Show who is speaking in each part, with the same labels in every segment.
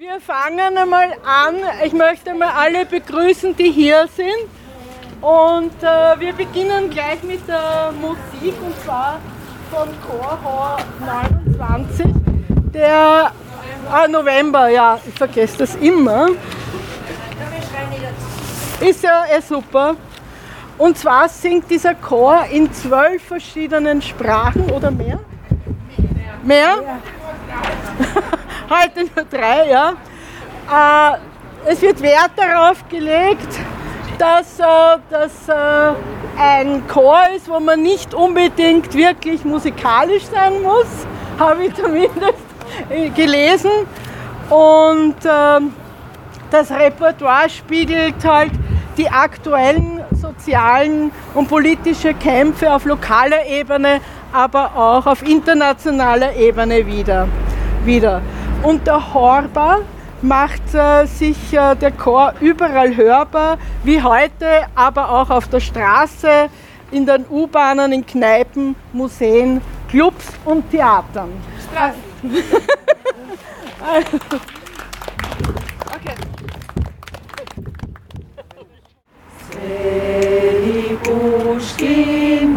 Speaker 1: Wir fangen einmal an. Ich möchte mal alle begrüßen, die hier sind. Und wir beginnen gleich mit der Musik, und zwar von Chor 29. Der November, ja, ich vergesse das immer. Ist ja super. Und zwar singt dieser Chor in 12 verschiedenen Sprachen oder mehr? Mehr? Heute nur 3, ja. Es wird Wert darauf gelegt, dass das ein Chor ist, wo man nicht unbedingt wirklich musikalisch sein muss, habe ich zumindest gelesen. Und das Repertoire spiegelt halt die aktuellen sozialen und politischen Kämpfe auf lokaler Ebene, aber auch auf internationaler Ebene wieder. Und der Horber macht sich der Chor überall hörbar, wie heute, aber auch auf der Straße, in den U-Bahnen, in Kneipen, Museen, Clubs und Theatern. Okay.
Speaker 2: Sedi Puškin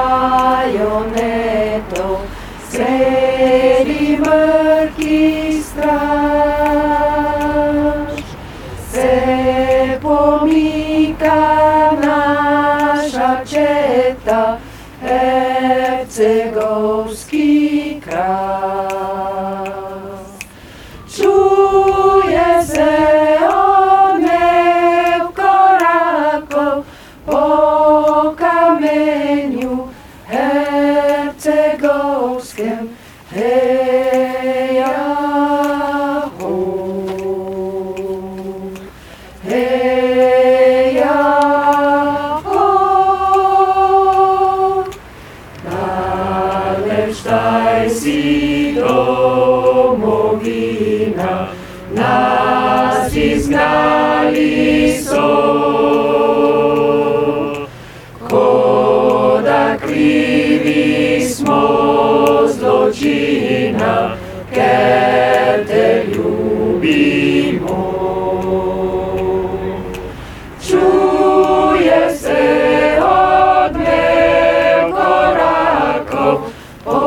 Speaker 2: bajoneto, sedi mrki straž, se pomika naša četa, hercegovski kras. Čuje se odmev korakov po kamenju hercegovskem, heja ho, heja ho. Daleč taj si domovina, nas izgnali so, ko da krivi smo zločina, ker te ljubimo. Čuje se odmev korakov po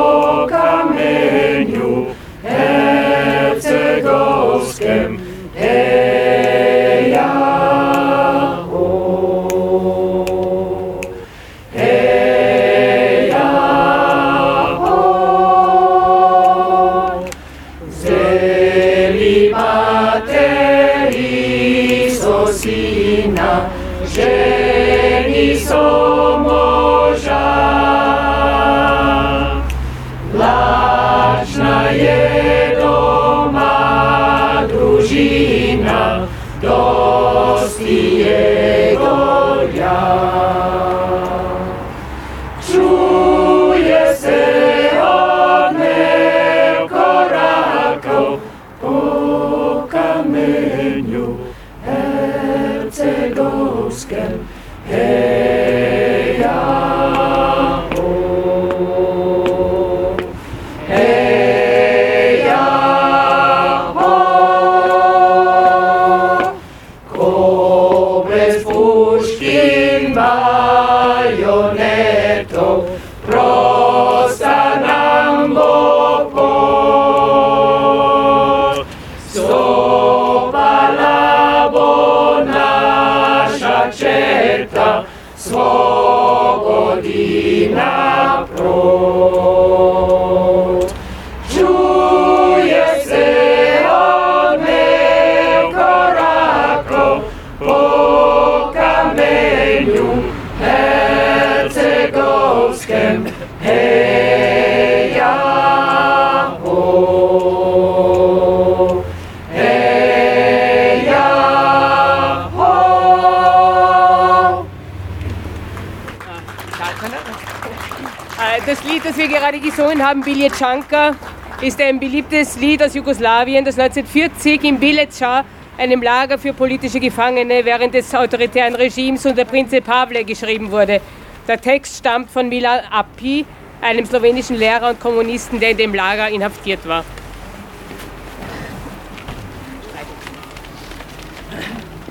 Speaker 2: kamenju hercegovskem, heja ho, heja ho. Vzeli materi so sina, ženi so moža, lačna je doma družina, dosti je gorja. Čuje se odmev korakov po kamenju hercegovskem, heja ho, heja ho. Ko brez puškin bajonetov prosta nam bo pot, stopala bo naša četa svobodi naprot. Čuje se odmev korakov po kamenju hercegovskem, heja ho, heja ho.
Speaker 3: Das Lied, das wir gerade gesungen haben, Biljecanka, ist ein beliebtes Lied aus Jugoslawien, das 1940 in Bileća, einem Lager für politische Gefangene während des autoritären Regimes unter Prince Pavle, geschrieben wurde. Der Text stammt von Milan Api, einem slowenischen Lehrer und Kommunisten, der in dem Lager inhaftiert war.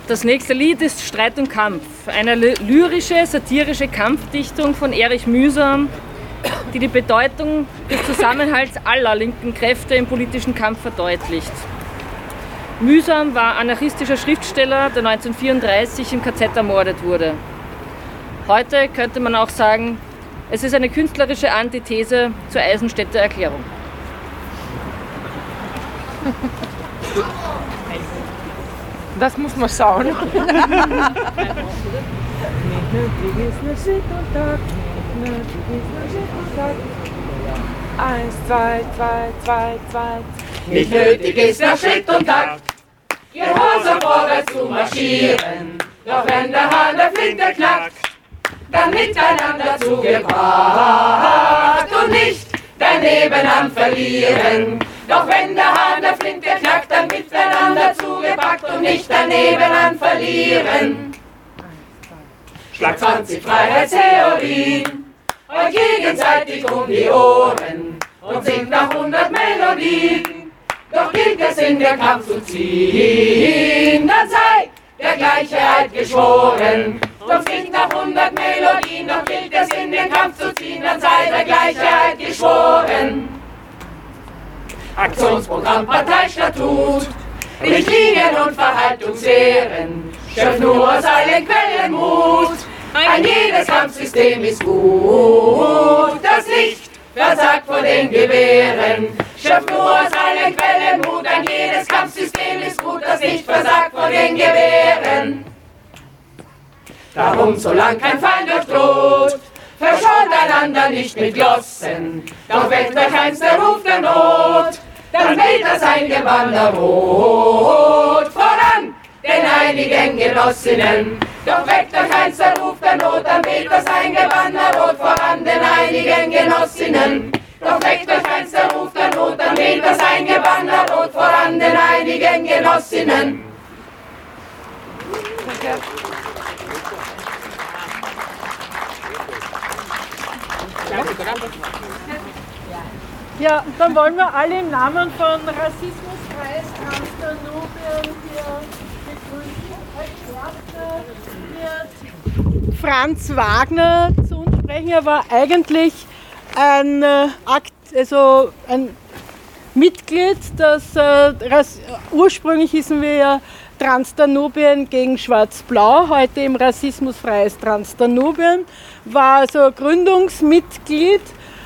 Speaker 4: Das nächste Lied ist Streit und Kampf, eine lyrische, satirische Kampfdichtung von Erich Mühsam, die die Bedeutung des Zusammenhalts aller linken Kräfte im politischen Kampf verdeutlicht. Mühsam war anarchistischer Schriftsteller, der 1934 im KZ ermordet wurde. Heute könnte man auch sagen, es ist eine künstlerische Antithese zur Eisenstädter Erklärung.
Speaker 5: Das muss man schauen. 1, 2, 2, 2, 2.
Speaker 2: Nicht nötig ist nach Schritt und Takt, gehorsam vorwärts zu marschieren. Doch wenn der Hahn der Flinte knackt, dann miteinander zugebracht und nicht daneben an verlieren. Doch wenn der Hahn der Flinte knackt, dann miteinander zugepackt und nicht daneben an verlieren. Schlag 20 Freiheitstheorien, euch gegenseitig um die Ohren und singt nach 100 Melodien. Doch gilt es in den Kampf zu ziehen, dann sei der Gleichheit geschworen. Doch singt nach 100 Melodien, doch gilt es in den Kampf zu ziehen, dann sei der Gleichheit geschworen. Aktionsprogramm, Parteistatut, Richtlinien und Verhaltungslehren, schöpft nur aus allen Quellen Mut. Ein jedes Kampfsystem ist gut, das Licht versagt vor den Gewehren. Schöpft nur aus allen Quellen Mut, ein jedes Kampfsystem ist gut, das Licht versagt vor den Gewehren. Darum, solang kein Feind euch droht, verschont einander nicht mit Glossen, doch weckt euch einst der Ruf der Not, dann weht das Eingewander rot voran den einigen Genossinnen. Doch weckt euch einst der Ruf der Not, dann weht das Eingewander rot voran den einigen Genossinnen. Doch weckt euch einst der Ruf der Not, dann weht das Eingewander rot voran den einigen Genossinnen.
Speaker 1: Ja, dann wollen wir alle im Namen von Rassismusfreies Transdanubien hier begrüßen. Als Erster wird Franz Wagner zu uns sprechen. Er war eigentlich ein Mitglied, ursprünglich hießen wir ja Transdanubien gegen Schwarz-Blau, heute im Rassismusfreies Transdanubien, war also Gründungsmitglied.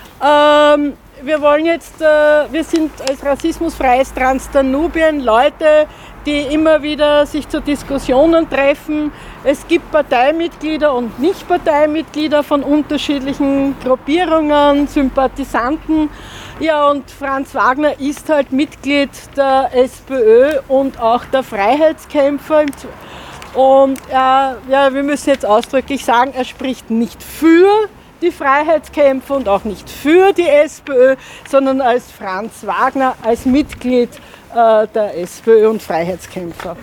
Speaker 1: Wir sind als Rassismusfreies Transdanubien Leute, die immer wieder sich zu Diskussionen treffen. Es gibt Parteimitglieder und Nicht-Parteimitglieder von unterschiedlichen Gruppierungen, Sympathisanten. Ja, und Franz Wagner ist halt Mitglied der SPÖ und auch der Freiheitskämpfer. Und wir müssen jetzt ausdrücklich sagen, er spricht nicht für die Freiheitskämpfer und auch nicht für die SPÖ, sondern als Franz Wagner, als Mitglied der SPÖ und Freiheitskämpfer.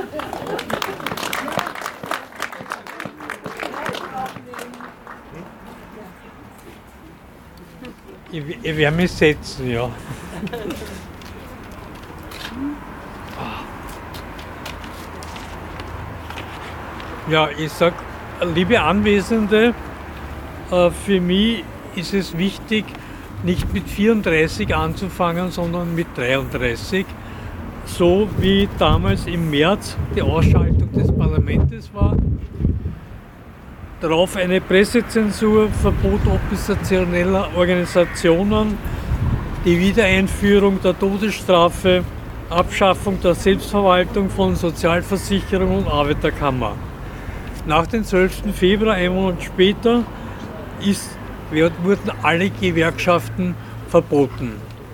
Speaker 6: Ich werde mich setzen, ja. Ja, ich sage, liebe Anwesende, für mich ist es wichtig, nicht mit 34 anzufangen, sondern mit 33. So wie damals im März die Ausschaltung des Parlaments war, darauf eine Pressezensur, Verbot oppositioneller Organisationen, die Wiedereinführung der Todesstrafe, Abschaffung der Selbstverwaltung von Sozialversicherung und Arbeiterkammer. Nach dem 12. Februar, einen Monat später, wurden alle Gewerkschaften verboten.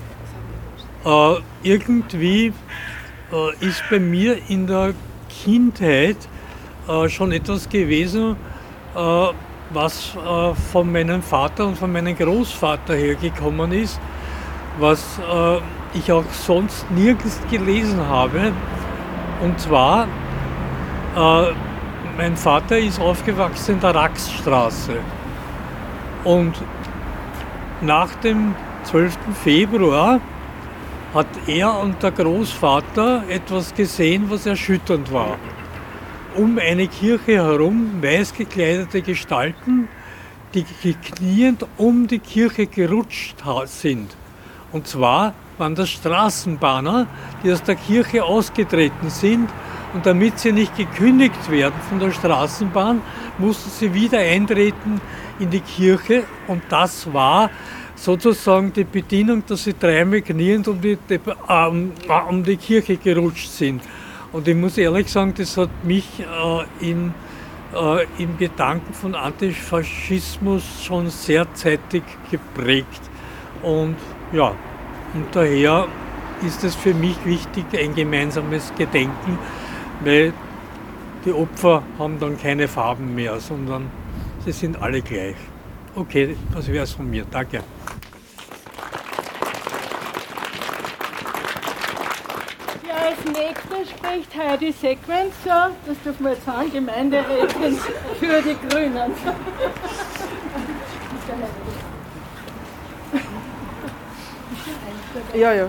Speaker 6: Irgendwie ist bei mir in der Kindheit schon etwas gewesen, was von meinem Vater und von meinem Großvater hergekommen ist, was ich auch sonst nirgends gelesen habe. Und zwar, mein Vater ist aufgewachsen in der Raxstraße. Und nach dem 12. Februar hat er und der Großvater etwas gesehen, was erschütternd war. um eine Kirche herum weiß gekleidete Gestalten, die kniend um die Kirche gerutscht sind. Und zwar waren das Straßenbahner, die aus der Kirche ausgetreten sind. Und damit sie nicht gekündigt werden von der Straßenbahn, mussten sie wieder eintreten in die Kirche. Und das war sozusagen die Bedienung, dass sie dreimal kniend um die Kirche gerutscht sind. Und ich muss ehrlich sagen, das hat mich im Gedanken von Antifaschismus schon sehr zeitig geprägt. Und ja, und daher ist es für mich wichtig, ein gemeinsames Gedenken, weil die Opfer haben dann keine Farben mehr, sondern sie sind alle gleich. Okay, das wäre es von mir. Danke.
Speaker 1: Ja, als nächstes spricht Heidi Sequencer, das dürfen wir jetzt sagen, Gemeinderätin für die Grünen.
Speaker 5: Ja, ja.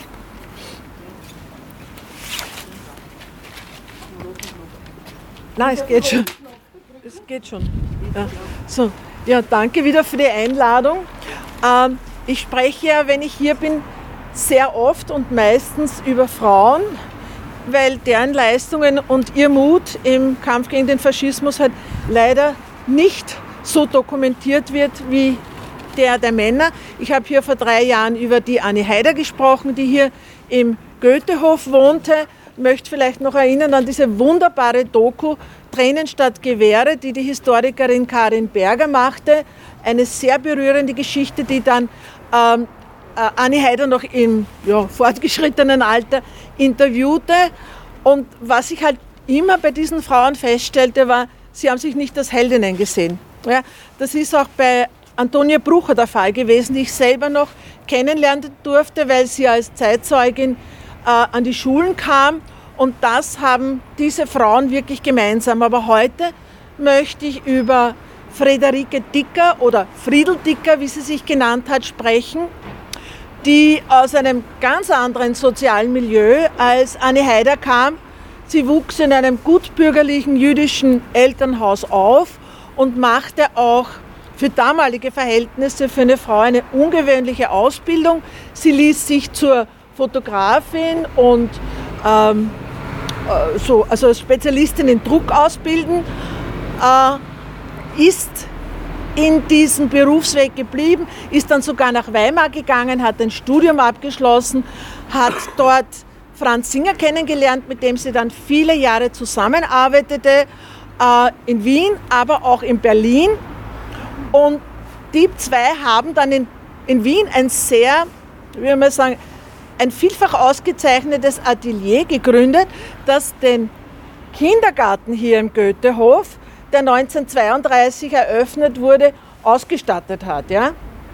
Speaker 5: Nein, es geht schon. Es geht schon. Ja. So, ja, danke wieder für die Einladung. Ich spreche ja, wenn ich hier bin, sehr oft und meistens über Frauen, weil deren Leistungen und ihr Mut im Kampf gegen den Faschismus halt leider nicht so dokumentiert wird wie der Männer. Ich habe hier vor 3 Jahren über die Anni Haider gesprochen, die hier im Goethehof wohnte. Ich möchte vielleicht noch erinnern an diese wunderbare Doku Tränen statt Gewehre, die die Historikerin Karin Berger machte. Eine sehr berührende Geschichte, die dann Anni Haider noch im fortgeschrittenen Alter interviewte. Und was ich halt immer bei diesen Frauen feststellte, war, sie haben sich nicht als Heldinnen gesehen. Ja, das ist auch bei Antonia Brucher der Fall gewesen, die ich selber noch kennenlernen durfte, weil sie als Zeitzeugin an die Schulen kam. Und das haben diese Frauen wirklich gemeinsam. Aber heute möchte ich über Friederike Dicker oder Friedel Dicker, wie sie sich genannt hat, sprechen, die aus einem ganz anderen sozialen Milieu als Anni Haider kam. Sie wuchs in einem gutbürgerlichen jüdischen Elternhaus auf und machte auch für damalige Verhältnisse für eine Frau eine ungewöhnliche Ausbildung. Sie ließ sich zur Fotografin und also Spezialistin in Druck ausbilden, ist in diesem Berufsweg geblieben, ist dann sogar nach Weimar gegangen, hat ein Studium abgeschlossen, hat dort Franz Singer kennengelernt, mit dem sie dann viele Jahre zusammenarbeitete, in Wien, aber auch in Berlin. Und die zwei haben dann in Wien ein sehr, wie soll man sagen, ein vielfach ausgezeichnetes Atelier gegründet, das den Kindergarten hier im Goethehof, der 1932 eröffnet wurde, ausgestattet hat. Ja?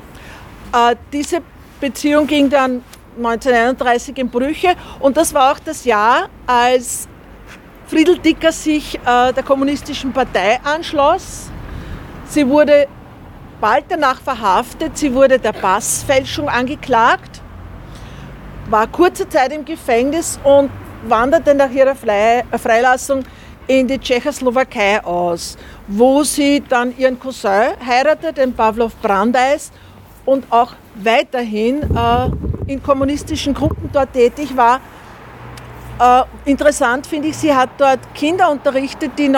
Speaker 5: Diese Beziehung ging dann 1931 in Brüche und das war auch das Jahr, als Friedel Dicker sich der Kommunistischen Partei anschloss. Sie wurde bald danach verhaftet, sie wurde der Passfälschung angeklagt, war kurze Zeit im Gefängnis und wanderte nach ihrer Freilassung in die Tschechoslowakei aus, wo sie dann ihren Cousin heiratete, den Pawlow Brandeis, und auch weiterhin in kommunistischen Gruppen dort tätig war. Interessant finde ich, sie hat dort Kinder unterrichtet, die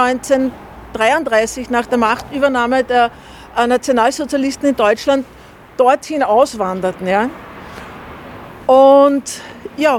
Speaker 5: 1933 nach der Machtübernahme der Nationalsozialisten in Deutschland dorthin auswanderten. Ja. Und ja,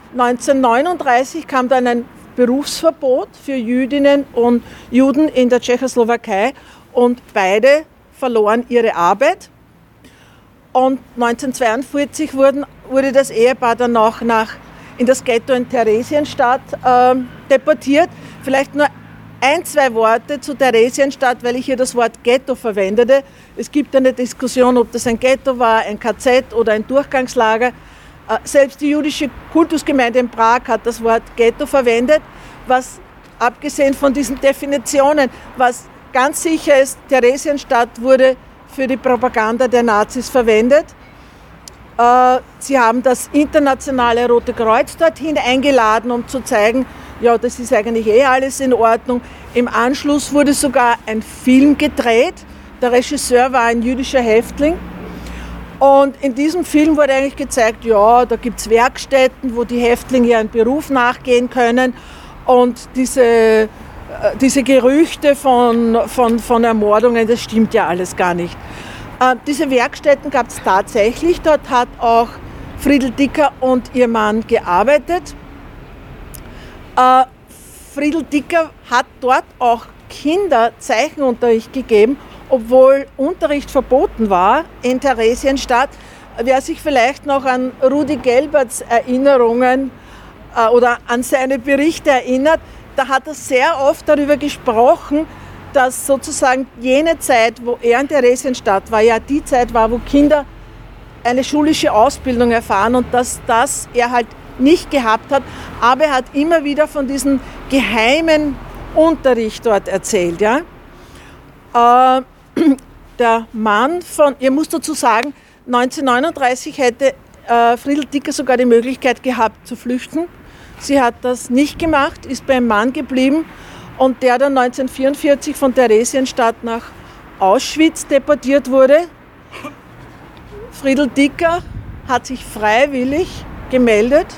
Speaker 5: 1939 kam dann ein Berufsverbot für Jüdinnen und Juden in der Tschechoslowakei und beide verloren ihre Arbeit. Und 1942 wurde das Ehepaar dann auch in das Ghetto in Theresienstadt deportiert. Vielleicht nur 1-2 Worte zu Theresienstadt, weil ich hier das Wort Ghetto verwendete. Es gibt eine Diskussion, ob das ein Ghetto war, ein KZ oder ein Durchgangslager. Selbst die jüdische Kultusgemeinde in Prag hat das Wort Ghetto verwendet, was abgesehen von diesen Definitionen, was ganz sicher ist, Theresienstadt wurde für die Propaganda der Nazis verwendet. Sie haben das internationale Rote Kreuz dorthin eingeladen, um zu zeigen, ja, das ist eigentlich alles in Ordnung. Im Anschluss wurde sogar ein Film gedreht. Der Regisseur war ein jüdischer Häftling. Und in diesem Film wurde eigentlich gezeigt, ja, da gibt es Werkstätten, wo die Häftlinge ihren Beruf nachgehen können. Und diese Gerüchte von Ermordungen, das stimmt ja alles gar nicht. Diese Werkstätten gab es tatsächlich. Dort hat auch Friedel Dicker und ihr Mann gearbeitet. Friedel Dicker hat dort auch Kinder Zeichenunterricht gegeben, obwohl Unterricht verboten war in Theresienstadt. Wer sich vielleicht noch an Rudi Gelberts Erinnerungen oder an seine Berichte erinnert, da hat er sehr oft darüber gesprochen, dass sozusagen jene Zeit, wo er in Theresienstadt war, ja die Zeit war, wo Kinder eine schulische Ausbildung erfahren und dass das er halt nicht gehabt hat. Aber er hat immer wieder von diesem geheimen Unterricht dort erzählt. Ja? Der Mann ihr muss dazu sagen, 1939 hätte Friedel Dicker sogar die Möglichkeit gehabt zu flüchten. Sie hat das nicht gemacht, ist beim Mann geblieben und der dann 1944 von Theresienstadt nach Auschwitz deportiert wurde. Friedel Dicker hat sich freiwillig gemeldet,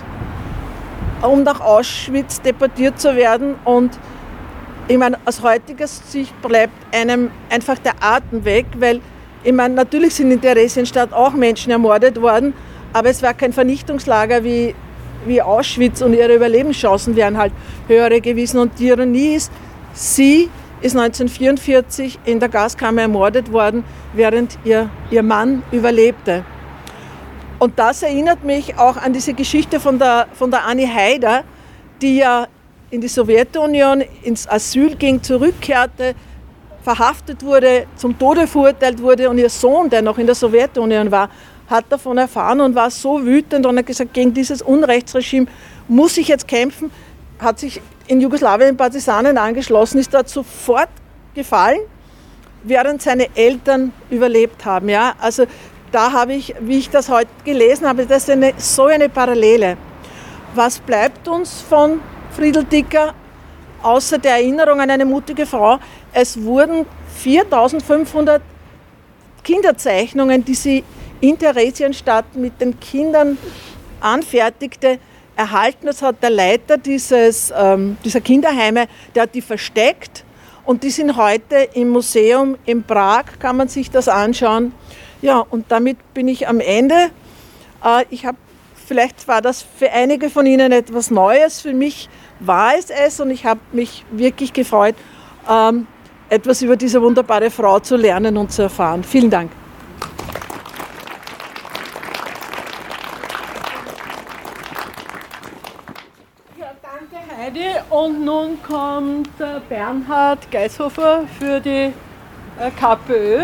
Speaker 5: um nach Auschwitz deportiert zu werden. Und ich meine, aus heutiger Sicht bleibt einem einfach der Atem weg, weil ich meine, natürlich sind in Theresienstadt auch Menschen ermordet worden, aber es war kein Vernichtungslager wie Auschwitz und ihre Überlebenschancen wären halt höhere gewesen. Und die Ironie ist, sie ist 1944 in der Gaskammer ermordet worden, während ihr Mann überlebte. Und das erinnert mich auch an diese Geschichte von der Annie Haider, die ja in die Sowjetunion ins Asyl ging, zurückkehrte, verhaftet wurde, zum Tode verurteilt wurde und ihr Sohn, der noch in der Sowjetunion war, hat davon erfahren und war so wütend und hat gesagt, gegen dieses Unrechtsregime muss ich jetzt kämpfen, hat sich in Jugoslawien den Partisanen angeschlossen, ist dort sofort gefallen, während seine Eltern überlebt haben. Ja? Also da habe ich, wie ich das heute gelesen habe, das ist so eine Parallele. Was bleibt uns von Friedel Dicker außer der Erinnerung an eine mutige Frau? Es wurden 4.500 Kinderzeichnungen, die sie in Theresienstadt mit den Kindern anfertigte, erhalten. Das hat der Leiter dieser Kinderheime, der hat die versteckt und die sind heute im Museum in Prag, kann man sich das anschauen. Ja, und damit bin ich am Ende. Vielleicht war das für einige von Ihnen etwas Neues, für mich war es und ich habe mich wirklich gefreut, etwas über diese wunderbare Frau zu lernen und zu erfahren. Vielen Dank.
Speaker 1: Heidi, und nun kommt Bernhard Geishofer für die KPÖ.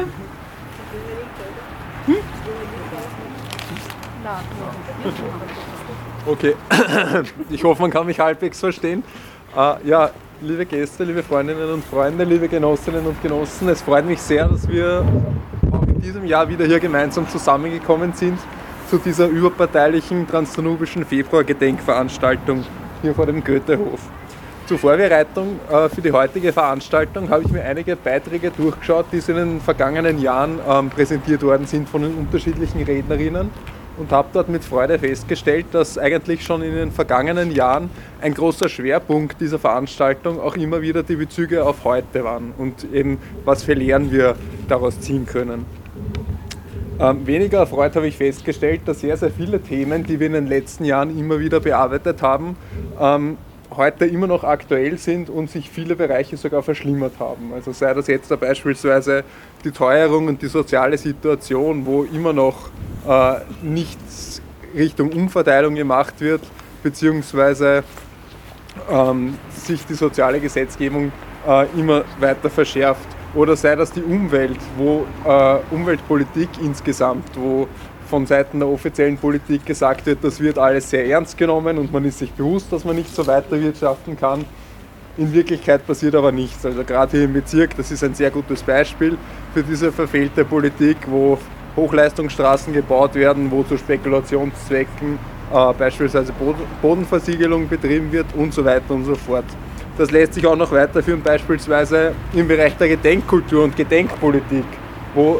Speaker 7: Okay, ich hoffe, man kann mich halbwegs verstehen. Ja, liebe Gäste, liebe Freundinnen und Freunde, liebe Genossinnen und Genossen, es freut mich sehr, dass wir auch in diesem Jahr wieder hier gemeinsam zusammengekommen sind zu dieser überparteilichen transdanubischen Februar-Gedenkveranstaltung hier vor dem Goethehof. Zur Vorbereitung für die heutige Veranstaltung habe ich mir einige Beiträge durchgeschaut, die in den vergangenen Jahren präsentiert worden sind von den unterschiedlichen Rednerinnen und habe dort mit Freude festgestellt, dass eigentlich schon in den vergangenen Jahren ein großer Schwerpunkt dieser Veranstaltung auch immer wieder die Bezüge auf heute waren und eben was für Lehren wir daraus ziehen können. Weniger erfreut habe ich festgestellt, dass sehr, sehr viele Themen, die wir in den letzten Jahren immer wieder bearbeitet haben, heute immer noch aktuell sind und sich viele Bereiche sogar verschlimmert haben. Also sei das jetzt da beispielsweise die Teuerung und die soziale Situation, wo immer noch nichts Richtung Umverteilung gemacht wird, beziehungsweise sich die soziale Gesetzgebung immer weiter verschärft. Oder sei das die Umwelt, wo Umweltpolitik insgesamt, wo von Seiten der offiziellen Politik gesagt wird, das wird alles sehr ernst genommen und man ist sich bewusst, dass man nicht so weiterwirtschaften kann. In Wirklichkeit passiert aber nichts. Also gerade hier im Bezirk, das ist ein sehr gutes Beispiel für diese verfehlte Politik, wo Hochleistungsstraßen gebaut werden, wo zu Spekulationszwecken beispielsweise Bodenversiegelung betrieben wird und so weiter und so fort. Das lässt sich auch noch weiterführen, beispielsweise im Bereich der Gedenkkultur und Gedenkpolitik, wo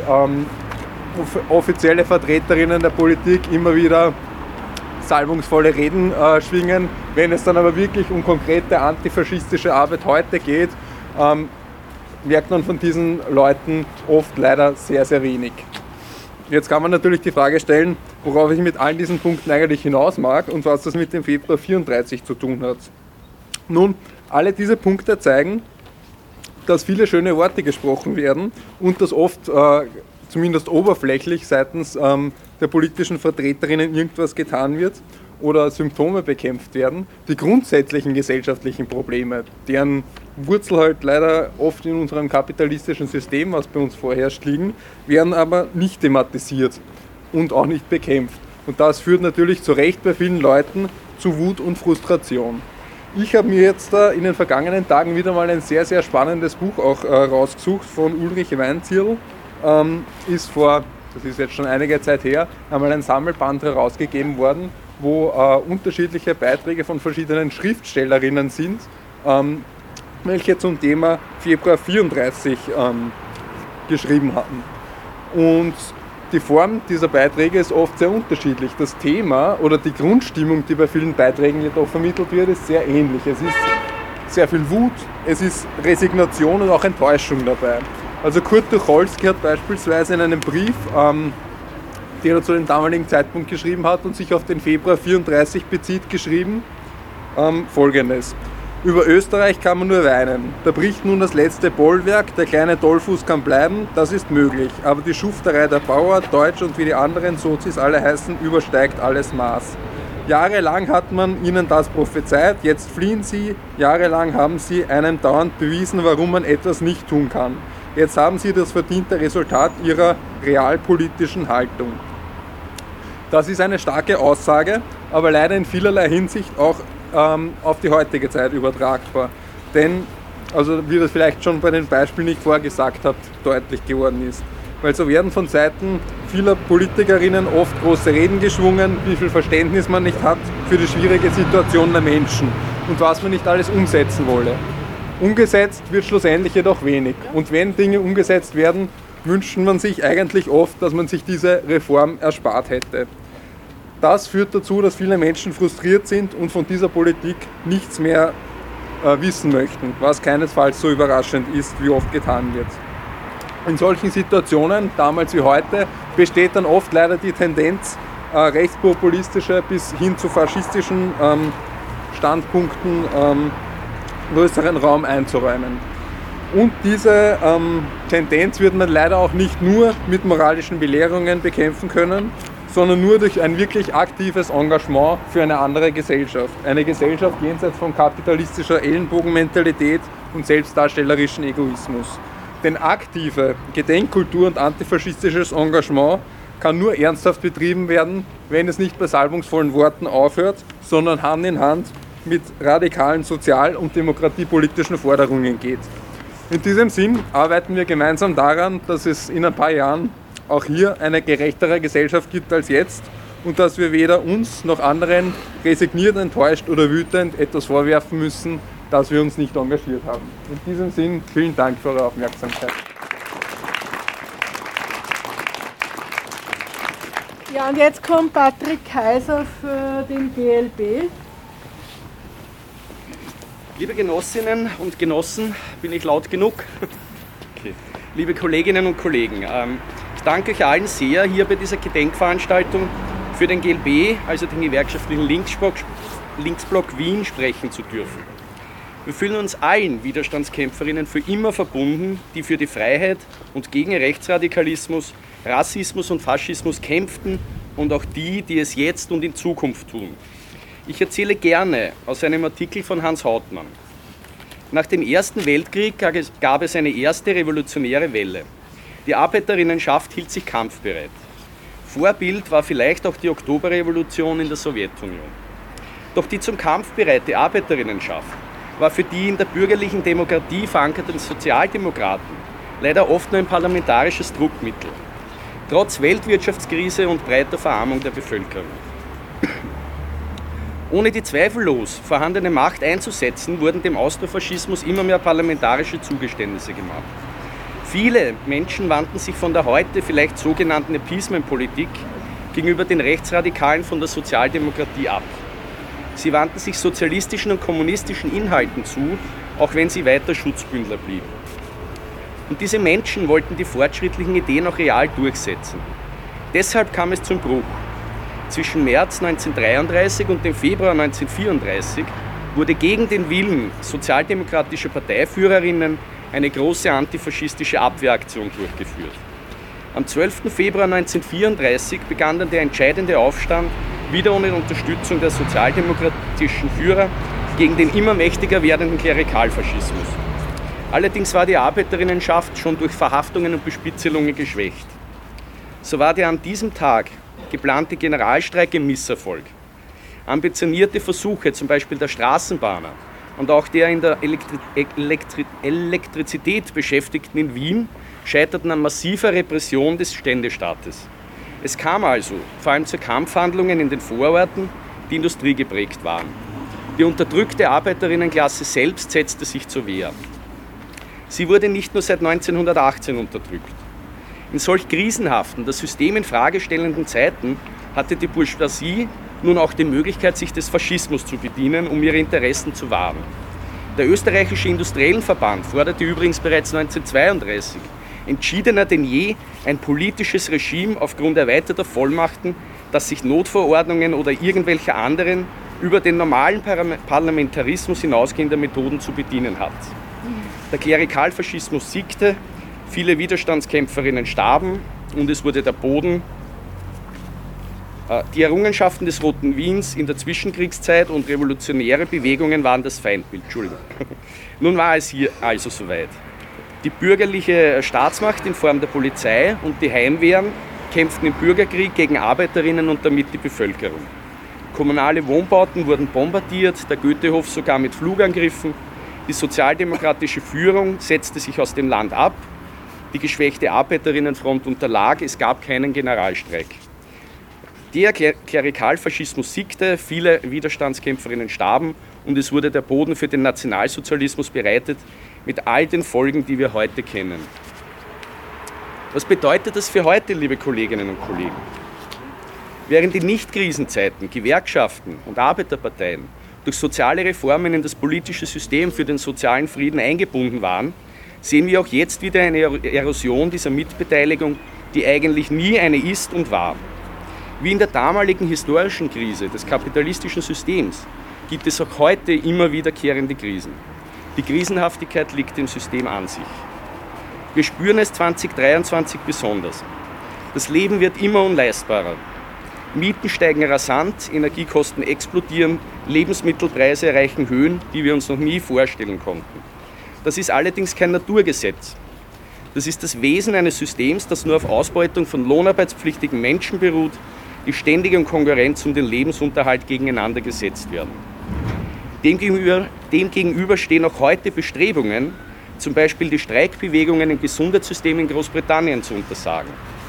Speaker 7: offizielle Vertreterinnen der Politik immer wieder salbungsvolle Reden schwingen. Wenn es dann aber wirklich um konkrete antifaschistische Arbeit heute geht, merkt man von diesen Leuten oft leider sehr, sehr wenig. Jetzt kann man natürlich die Frage stellen, worauf ich mit all diesen Punkten eigentlich hinaus mag und was das mit dem Februar 34 zu tun hat. Nun, alle diese Punkte zeigen, dass viele schöne Worte gesprochen werden und dass oft, zumindest oberflächlich, seitens der politischen Vertreterinnen irgendwas getan wird oder Symptome bekämpft werden. Die grundsätzlichen gesellschaftlichen Probleme, deren Wurzel halt leider oft in unserem kapitalistischen System, was bei uns vorherrscht, liegen, werden aber nicht thematisiert und auch nicht bekämpft. Und das führt natürlich zu Recht bei vielen Leuten zu Wut und Frustration. Ich habe mir jetzt in den vergangenen Tagen wieder mal ein sehr, sehr spannendes Buch auch rausgesucht von Ulrich Weinzierl. Ist vor, das ist jetzt schon einige Zeit her, einmal ein Sammelband herausgegeben worden, wo unterschiedliche Beiträge von verschiedenen Schriftstellerinnen sind, welche zum Thema Februar 34 geschrieben hatten. Und die Form dieser Beiträge ist oft sehr unterschiedlich. Das Thema oder die Grundstimmung, die bei vielen Beiträgen jedoch vermittelt wird, ist sehr ähnlich. Es ist sehr viel Wut, es ist Resignation und auch Enttäuschung dabei. Also Kurt Tucholsky hat beispielsweise in einem Brief, den er zu dem damaligen Zeitpunkt geschrieben hat und sich auf den Februar 34 bezieht, geschrieben Folgendes. Über Österreich kann man nur weinen. Da bricht nun das letzte Bollwerk, der kleine Dollfuß kann bleiben, das ist möglich. Aber die Schufterei der Bauer, Deutsch und wie die anderen Sozis alle heißen, übersteigt alles Maß. Jahrelang hat man ihnen das prophezeit, jetzt fliehen sie. Jahrelang haben sie einem dauernd bewiesen, warum man etwas nicht tun kann. Jetzt haben sie das verdiente Resultat ihrer realpolitischen Haltung. Das ist eine starke Aussage, aber leider in vielerlei Hinsicht auch auf die heutige Zeit übertragbar. Denn, also wie das vielleicht schon bei den Beispielen, die ich vorher gesagt habe, deutlich geworden ist. Weil so werden von Seiten vieler Politikerinnen oft große Reden geschwungen, wie viel Verständnis man nicht hat für die schwierige Situation der Menschen und was man nicht alles umsetzen wolle. Umgesetzt wird schlussendlich jedoch wenig. Und wenn Dinge umgesetzt werden, wünscht man sich eigentlich oft, dass man sich diese Reform erspart hätte. Das führt dazu, dass viele Menschen frustriert sind und von dieser Politik nichts mehr wissen möchten, was keinesfalls so überraschend ist, wie oft getan wird. In solchen Situationen, damals wie heute, besteht dann oft leider die Tendenz, rechtspopulistische bis hin zu faschistischen Standpunkten größeren Raum einzuräumen. Und diese Tendenz wird man leider auch nicht nur mit moralischen Belehrungen bekämpfen können, sondern nur durch ein wirklich aktives Engagement für eine andere Gesellschaft. Eine Gesellschaft jenseits von kapitalistischer Ellenbogenmentalität und selbstdarstellerischen Egoismus. Denn aktive Gedenkkultur und antifaschistisches Engagement kann nur ernsthaft betrieben werden, wenn es nicht bei salbungsvollen Worten aufhört, sondern Hand in Hand mit radikalen sozial- und demokratiepolitischen Forderungen geht. In diesem Sinn arbeiten wir gemeinsam daran, dass es in ein paar Jahren auch hier eine gerechtere Gesellschaft gibt als jetzt und dass wir weder uns noch anderen resigniert, enttäuscht oder wütend etwas vorwerfen müssen, dass wir uns nicht engagiert haben. In diesem Sinn, vielen Dank für eure Aufmerksamkeit.
Speaker 1: Ja, und jetzt kommt Patrick Kaiser für den GLB.
Speaker 8: Liebe Genossinnen und Genossen, bin ich laut genug? Okay. Liebe Kolleginnen und Kollegen, ich danke euch allen sehr, hier bei dieser Gedenkveranstaltung für den GLB, also den gewerkschaftlichen Linksblock Wien, sprechen zu dürfen. Wir fühlen uns allen Widerstandskämpferinnen für immer verbunden, die für die Freiheit und gegen Rechtsradikalismus, Rassismus und Faschismus kämpften und auch die, die es jetzt und in Zukunft tun. Ich erzähle gerne aus einem Artikel von Hans Hautmann. Nach dem Ersten Weltkrieg gab es eine erste revolutionäre Welle. Die Arbeiterinnenschaft hielt sich kampfbereit. Vorbild war vielleicht auch die Oktoberrevolution in der Sowjetunion. Doch die zum Kampf bereite Arbeiterinnenschaft war für die in der bürgerlichen Demokratie verankerten Sozialdemokraten leider oft nur ein parlamentarisches Druckmittel, trotz Weltwirtschaftskrise und breiter Verarmung der Bevölkerung. Ohne die zweifellos vorhandene Macht einzusetzen, wurden dem Austrofaschismus immer mehr parlamentarische Zugeständnisse gemacht. Viele Menschen wandten sich von der heute vielleicht sogenannten Appeasement-Politik gegenüber den Rechtsradikalen von der Sozialdemokratie ab. Sie wandten sich sozialistischen und kommunistischen Inhalten zu, auch wenn sie weiter Schutzbündler blieben. Und diese Menschen wollten die fortschrittlichen Ideen auch real durchsetzen. Deshalb kam es zum Bruch. Zwischen März 1933 und dem Februar 1934 wurde gegen den Willen sozialdemokratischer Parteiführerinnen eine große antifaschistische Abwehraktion durchgeführt. Am 12. Februar 1934 begann dann der entscheidende Aufstand, wieder ohne Unterstützung der sozialdemokratischen Führer, gegen den immer mächtiger werdenden Klerikalfaschismus. Allerdings war die Arbeiterinnenschaft schon durch Verhaftungen und Bespitzelungen geschwächt. So war der an diesem Tag geplante Generalstreik ein Misserfolg. Ambitionierte Versuche, zum Beispiel der Straßenbahner und auch der in der Elektrizität Beschäftigten in Wien, scheiterten an massiver Repression des Ständestaates. Es kam also vor allem zu Kampfhandlungen in den Vororten, die industriegeprägt waren. Die unterdrückte Arbeiterinnenklasse selbst setzte sich zur Wehr. Sie wurde nicht nur seit 1918 unterdrückt. In solch krisenhaften, das System in Frage stellenden Zeiten hatte die Bourgeoisie nun auch die Möglichkeit, sich des Faschismus zu bedienen, um ihre Interessen zu wahren. Der österreichische Industriellenverband forderte übrigens bereits 1932 entschiedener denn je ein politisches Regime aufgrund erweiterter Vollmachten, das sich Notverordnungen oder irgendwelcher anderen über den normalen Parlamentarismus hinausgehender Methoden zu bedienen hat. Der Klerikalfaschismus siegte, viele Widerstandskämpferinnen starben und es wurde der Boden. Die Errungenschaften des Roten Wiens in der Zwischenkriegszeit und revolutionäre Bewegungen waren das Feindbild. Entschuldigung. Nun war es hier also soweit. Die bürgerliche Staatsmacht in Form der Polizei und die Heimwehren kämpften im Bürgerkrieg gegen Arbeiterinnen und damit die Bevölkerung. Kommunale Wohnbauten wurden bombardiert, der Goethehof sogar mit Flugangriffen. Die sozialdemokratische Führung setzte sich aus dem Land ab. Die geschwächte Arbeiterinnenfront unterlag, es gab keinen Generalstreik. Der Klerikalfaschismus siegte, viele Widerstandskämpferinnen starben und es wurde der Boden für den Nationalsozialismus bereitet, mit all den Folgen, die wir heute kennen. Was bedeutet das für heute, liebe Kolleginnen und Kollegen? Während in Nicht-Krisenzeiten Gewerkschaften und Arbeiterparteien durch soziale Reformen in das politische System für den sozialen Frieden eingebunden waren, sehen wir auch jetzt wieder eine Erosion dieser Mitbeteiligung, die eigentlich nie eine ist und war. Wie in der damaligen historischen Krise des kapitalistischen Systems gibt es auch heute immer wiederkehrende Krisen. Die Krisenhaftigkeit liegt im System an sich. Wir spüren es 2023 besonders. Das Leben wird immer unleistbarer. Mieten steigen rasant, Energiekosten explodieren, Lebensmittelpreise erreichen Höhen, die wir uns noch nie vorstellen konnten. Das ist allerdings kein Naturgesetz. Das ist das Wesen eines Systems, das nur auf Ausbeutung von lohnarbeitspflichtigen Menschen beruht, die ständig in Konkurrenz um den Lebensunterhalt gegeneinander gesetzt werden. Demgegenüber stehen auch heute Bestrebungen, zum Beispiel die Streikbewegungen im Gesundheitssystem in Großbritannien zu untersagen.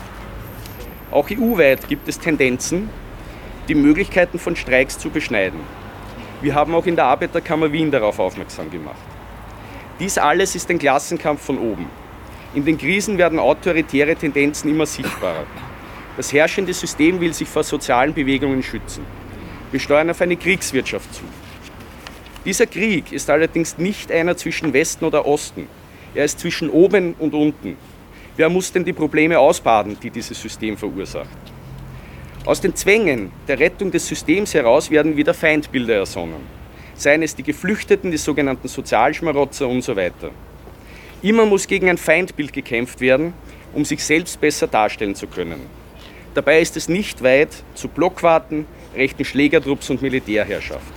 Speaker 8: Auch EU-weit gibt es Tendenzen, die Möglichkeiten von Streiks zu beschneiden. Wir haben auch in der Arbeiterkammer Wien darauf aufmerksam gemacht. Dies alles ist ein Klassenkampf von oben. In den Krisen werden autoritäre Tendenzen immer sichtbarer. Das herrschende System will sich vor sozialen Bewegungen schützen. Wir steuern auf eine Kriegswirtschaft zu. Dieser Krieg ist allerdings nicht einer zwischen Westen oder Osten. Er ist zwischen oben und unten. Wer muss denn die Probleme ausbaden, die dieses System verursacht? Aus den Zwängen der Rettung des Systems heraus werden wieder Feindbilder ersonnen. Seien es die Geflüchteten, die sogenannten Sozialschmarotzer und so weiter. Immer muss gegen ein Feindbild gekämpft werden, um sich selbst besser darstellen zu können. Dabei ist es nicht weit zu Blockwarten, rechten Schlägertrupps und Militärherrschaft.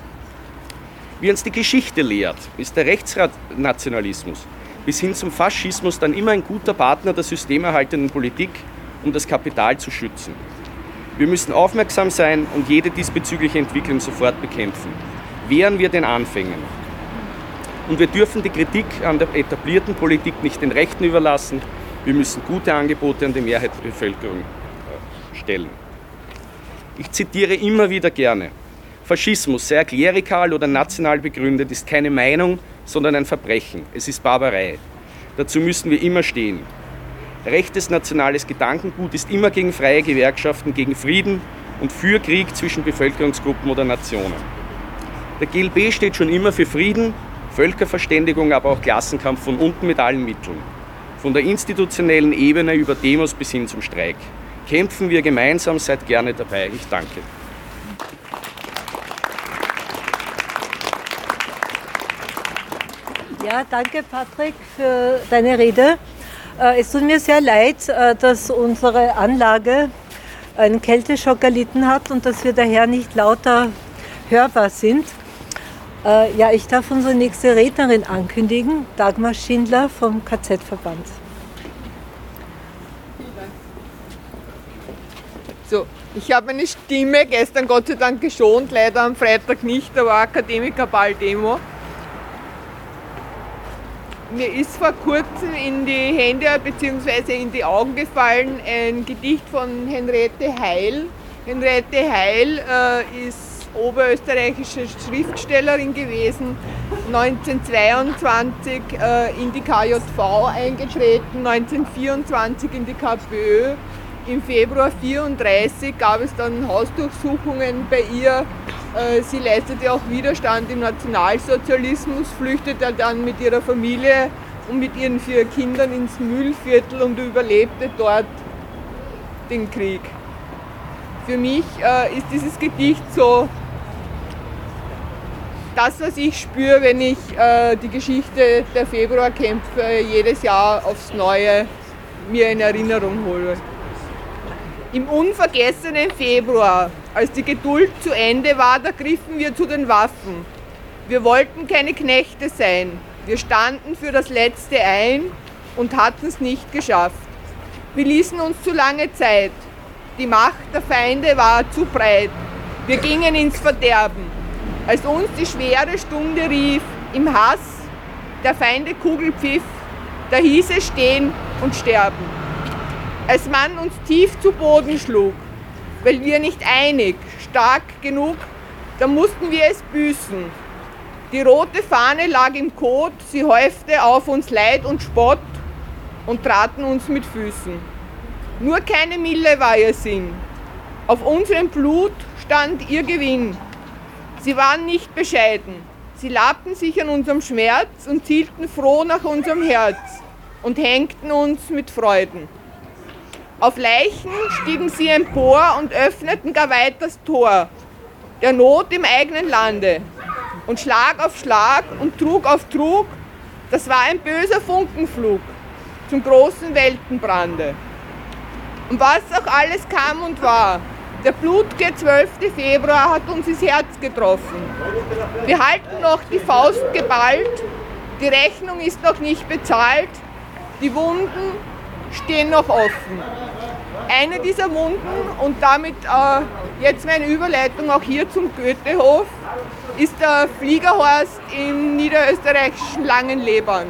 Speaker 8: Wie uns die Geschichte lehrt, ist der Rechtsnationalismus bis hin zum Faschismus dann immer ein guter Partner der systemerhaltenden Politik, um das Kapital zu schützen. Wir müssen aufmerksam sein und jede diesbezügliche Entwicklung sofort bekämpfen. Wehren wir den Anfängen. Und wir dürfen die Kritik an der etablierten Politik nicht den Rechten überlassen. Wir müssen gute Angebote an die Mehrheit der Bevölkerung stellen. Ich zitiere immer wieder gerne: Faschismus, sei er klerikal oder national begründet, ist keine Meinung, sondern ein Verbrechen. Es ist Barbarei. Dazu müssen wir immer stehen. Rechtes nationales Gedankengut ist immer gegen freie Gewerkschaften, gegen Frieden und für Krieg zwischen Bevölkerungsgruppen oder Nationen. Der GLB steht schon immer für Frieden, Völkerverständigung, aber auch Klassenkampf von unten mit allen Mitteln. Von der institutionellen Ebene über Demos bis hin zum Streik. Kämpfen wir gemeinsam, seid gerne dabei. Ich danke.
Speaker 9: Ja, danke Patrick für deine Rede. Es tut mir sehr leid, dass unsere Anlage einen Kälteschock erlitten hat und dass wir daher nicht lauter hörbar sind. Ja, ich darf unsere nächste Rednerin ankündigen, Dagmar Schindler vom KZ-Verband.
Speaker 10: So, ich habe meine Stimme gestern Gott sei Dank geschont, leider am Freitag nicht, da war Akademikerball-Demo. Mir ist vor kurzem in die Hände bzw. in die Augen gefallen ein Gedicht von Henriette Heil. Henriette Heil ist oberösterreichische Schriftstellerin gewesen, 1922 in die KJV eingetreten, 1924 in die KPÖ. Im Februar 1934 gab es dann Hausdurchsuchungen bei ihr. Sie leistete auch Widerstand im Nationalsozialismus, flüchtete dann mit ihrer Familie und mit ihren 4 Kindern ins Mühlviertel und überlebte dort den Krieg. Für mich ist dieses Gedicht so das, was ich spüre, wenn ich die Geschichte der Februarkämpfe jedes Jahr aufs Neue mir in Erinnerung hole. Im unvergessenen Februar, als die Geduld zu Ende war, da griffen wir zu den Waffen. Wir wollten keine Knechte sein. Wir standen für das Letzte ein und hatten es nicht geschafft. Wir ließen uns zu lange Zeit. Die Macht der Feinde war zu breit. Wir gingen ins Verderben. Als uns die schwere Stunde rief, im Hass, der Feinde Kugel pfiff, da hieß es stehen und sterben. Als man uns tief zu Boden schlug, weil wir nicht einig, stark genug, da mussten wir es büßen. Die rote Fahne lag im Kot, sie häufte auf uns Leid und Spott und traten uns mit Füßen. Nur keine Mille war ihr Sinn. Auf unserem Blut stand ihr Gewinn. Sie waren nicht bescheiden. Sie labten sich an unserem Schmerz und zielten froh nach unserem Herz und hängten uns mit Freuden. Auf Leichen stiegen sie empor und öffneten gar weit das Tor der Not im eigenen Lande. Und Schlag auf Schlag und Trug auf Trug, das war ein böser Funkenflug zum großen Weltenbrande. Und was auch alles kam und war, der blutige 12. Februar hat uns ins Herz getroffen. Wir halten noch die Faust geballt, die Rechnung ist noch nicht bezahlt, die Wunden stehen noch offen. Eine dieser Wunden, und damit jetzt meine Überleitung auch hier zum Goethehof, ist der Fliegerhorst im niederösterreichischen Langenlebern.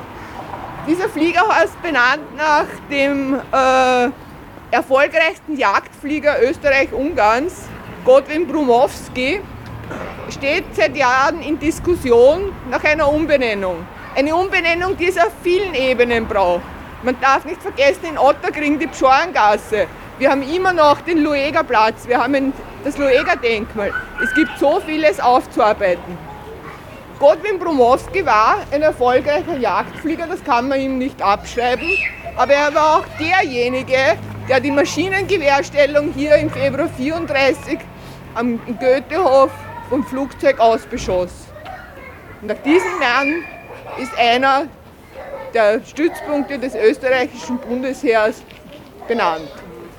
Speaker 10: Dieser Fliegerhorst, benannt nach dem erfolgreichsten Jagdflieger Österreich-Ungarns, Godwin Brumowski, steht seit Jahren in Diskussion nach einer Umbenennung. Eine Umbenennung, die es auf vielen Ebenen braucht. Man darf nicht vergessen, in Otterkring die Pschorngasse. Wir haben immer noch den Lueger-Platz, wir haben das Lueger-Denkmal. Es gibt so vieles aufzuarbeiten. Godwin Brumowski war ein erfolgreicher Jagdflieger, das kann man ihm nicht abschreiben. Aber er war auch derjenige, der die Maschinengewehrstellung hier im Februar 1934 am Goethehof vom Flugzeug aus beschoss. Und nach diesem Mann ist einer der Stützpunkte des österreichischen Bundesheers benannt.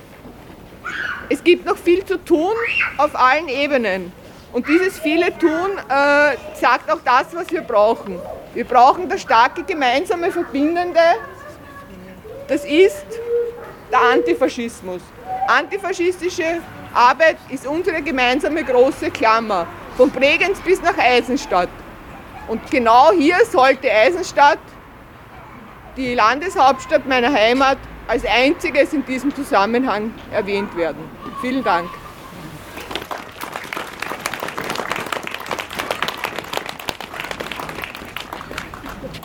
Speaker 10: Es gibt noch viel zu tun auf allen Ebenen. Und dieses viele Tun sagt auch das, was wir brauchen. Wir brauchen das starke gemeinsame Verbindende. Das ist der Antifaschismus. Antifaschistische Arbeit ist unsere gemeinsame große Klammer. Von Bregenz bis nach Eisenstadt. Und genau hier sollte Eisenstadt, die Landeshauptstadt meiner Heimat, als einziges in diesem Zusammenhang erwähnt werden. Vielen Dank.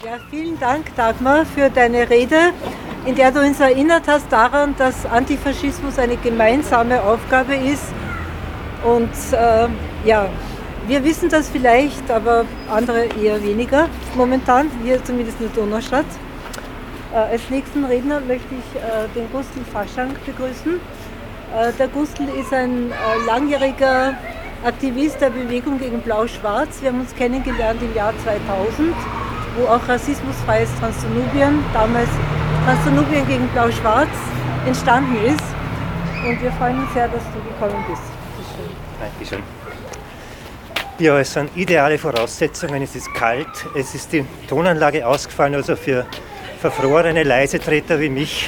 Speaker 9: Ja, vielen Dank, Dagmar, für deine Rede, in der du uns erinnert hast daran, dass Antifaschismus eine gemeinsame Aufgabe ist. Und ja, wir wissen das vielleicht, aber andere eher weniger momentan, hier zumindest in der Donaustadt. Als nächsten Redner möchte ich den Gustl Faschang begrüßen. Der Gustl ist ein langjähriger Aktivist der Bewegung gegen Blau-Schwarz. Wir haben uns kennengelernt im Jahr 2000, wo auch rassismusfreies Transdanubien, damals Transdanubien gegen Blau-Schwarz, entstanden ist. Und wir freuen uns sehr, dass du gekommen bist.
Speaker 11: Dankeschön. Ja, es sind ideale Voraussetzungen. Es ist kalt, es ist die Tonanlage ausgefallen, also für verfrorene Leisetreter wie mich.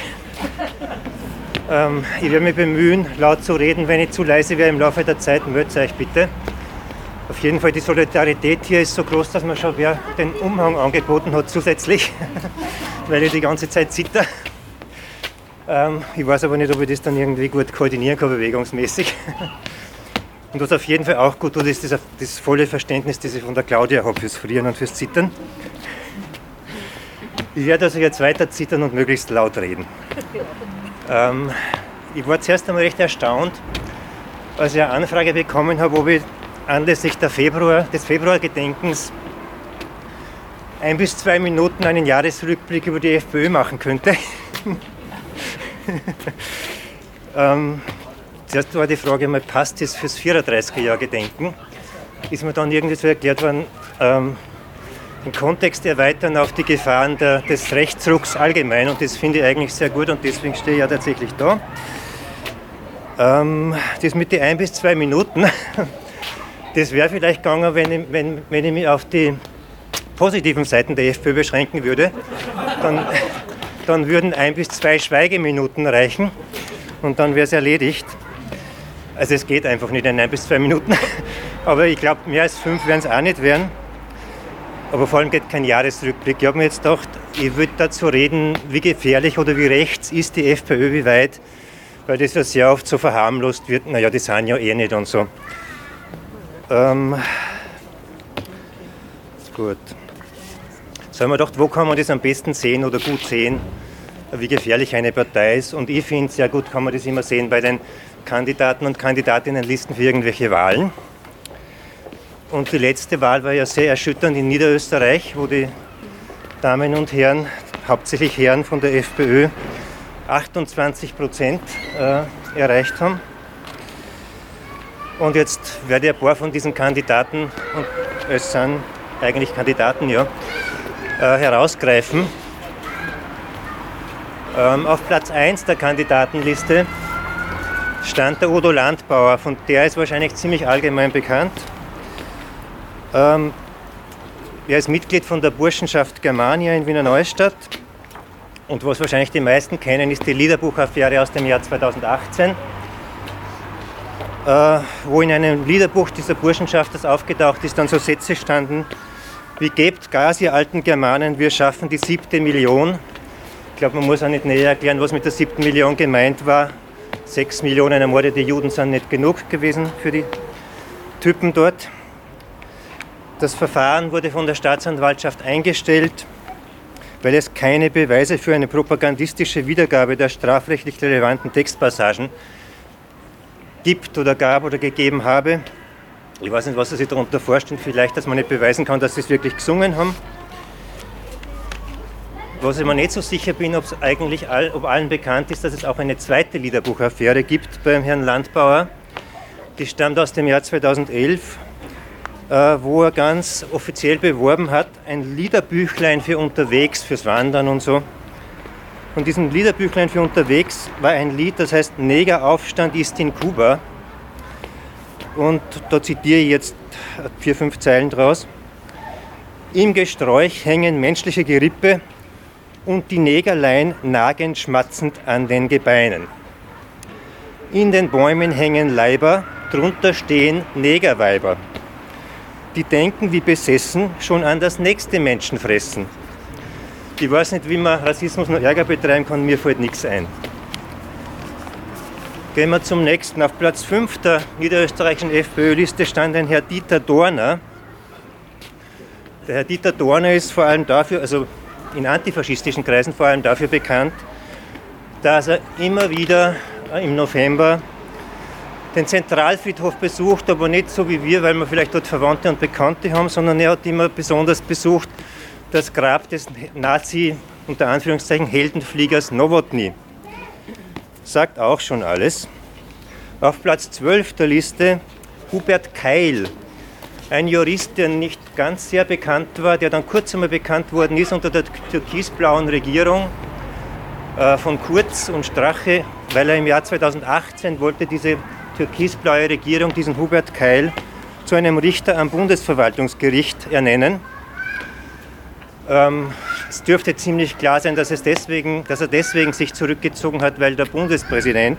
Speaker 11: Ich werde mich bemühen, laut zu reden. Wenn ich zu leise wäre im Laufe der Zeit, meldet euch bitte. Auf jeden Fall, die Solidarität hier ist so groß, dass man schon wer den Umhang angeboten hat zusätzlich, weil ich die ganze Zeit zitter. Ich weiß aber nicht, ob ich das dann irgendwie gut koordinieren kann, bewegungsmäßig. Und was auf jeden Fall auch gut tut, ist das volle Verständnis, das ich von der Claudia habe fürs Frieren und fürs Zittern. Ich werde also jetzt weiter zittern und möglichst laut reden. Ich war zuerst einmal recht erstaunt, als ich eine Anfrage bekommen habe, ob ich anlässlich des Februargedenkens 1 bis 2 Minuten einen Jahresrückblick über die FPÖ machen könnte. Zuerst war die Frage mal, passt das fürs 34er-Jahr-Gedenken? Ist mir dann irgendwie so erklärt worden, den Kontext erweitern auf die Gefahren des Rechtsrucks allgemein, und das finde ich eigentlich sehr gut und deswegen stehe ich ja tatsächlich da. Das mit den 1 bis 2 Minuten, das wäre vielleicht gegangen, wenn ich mich auf die positiven Seiten der FPÖ beschränken würde. Dann würden 1 bis 2 Schweigeminuten reichen und dann wäre es erledigt. Also es geht einfach nicht in 1 bis 2 Minuten, aber ich glaube, mehr als 5 werden es auch nicht werden. Aber vor allem geht kein Jahresrückblick. Ich habe mir jetzt gedacht, ich würde dazu reden, wie gefährlich oder wie rechts ist die FPÖ, wie weit, weil das ja sehr oft so verharmlost wird. Naja, die sind ja eh nicht und so. Gut. So haben wir gedacht, wo kann man das am besten sehen oder gut sehen, wie gefährlich eine Partei ist. Und ich finde, sehr gut kann man das immer sehen bei den Kandidaten und Kandidatinnenlisten für irgendwelche Wahlen. Und die letzte Wahl war ja sehr erschütternd in Niederösterreich, wo die Damen und Herren, hauptsächlich Herren von der FPÖ, 28% erreicht haben. Und jetzt werde ich ein paar von diesen Kandidaten, und es sind eigentlich Kandidaten, ja, herausgreifen. Auf Platz 1 der Kandidatenliste stand der Udo Landbauer, von der ist wahrscheinlich ziemlich allgemein bekannt. Er ist Mitglied von der Burschenschaft Germania in Wiener Neustadt. Und was wahrscheinlich die meisten kennen, ist die Liederbuchaffäre aus dem Jahr 2018, wo in einem Liederbuch dieser Burschenschaft, das aufgetaucht ist, dann so Sätze standen, wie gebt Gas, ihr alten Germanen, wir schaffen die 7. Million. Ich glaube, man muss auch nicht näher erklären, was mit der 7. Million gemeint war. 6 Millionen ermordete Juden sind nicht genug gewesen für die Typen dort. Das Verfahren wurde von der Staatsanwaltschaft eingestellt, weil es keine Beweise für eine propagandistische Wiedergabe der strafrechtlich relevanten Textpassagen gibt oder gab oder gegeben habe. Ich weiß nicht, was er sich darunter vorstellt, vielleicht, dass man nicht beweisen kann, dass sie es wirklich gesungen haben. Was ich mir nicht so sicher bin, ob allen bekannt ist, dass es auch eine zweite Liederbuchaffäre gibt beim Herrn Landbauer. Die stammt aus dem Jahr 2011. Wo er ganz offiziell beworben hat, ein Liederbüchlein für unterwegs, fürs Wandern und so. Und diesem Liederbüchlein für unterwegs war ein Lied, das heißt Negeraufstand ist in Kuba. Und da zitiere ich jetzt 4, 5 Zeilen draus. Im Gesträuch hängen menschliche Gerippe und die Negerlein nagen schmatzend an den Gebeinen. In den Bäumen hängen Leiber, drunter stehen Negerweiber. Die denken wie besessen schon an das nächste Menschenfressen. Ich weiß nicht, wie man Rassismus noch Ärger betreiben kann, mir fällt nichts ein. Gehen wir zum nächsten. Auf Platz 5 der niederösterreichischen FPÖ-Liste stand ein Herr Dieter Dorner. Der Herr Dieter Dorner ist vor allem dafür, also in antifaschistischen Kreisen vor allem dafür bekannt, dass er immer wieder im November den Zentralfriedhof besucht, aber nicht so wie wir, weil wir vielleicht dort Verwandte und Bekannte haben, sondern er hat immer besonders besucht das Grab des Nazi, unter Anführungszeichen, Heldenfliegers Nowotny. Sagt auch schon alles. Auf Platz 12 der Liste Hubert Keil, ein Jurist, der nicht ganz sehr bekannt war, der dann kurz einmal bekannt worden ist unter der türkisblauen Regierung von Kurz und Strache, weil er im Jahr 2018 wollte diese türkisblaue Regierung diesen Hubert Keil zu einem Richter am Bundesverwaltungsgericht ernennen. Es dürfte ziemlich klar sein, dass er deswegen sich zurückgezogen hat, weil der Bundespräsident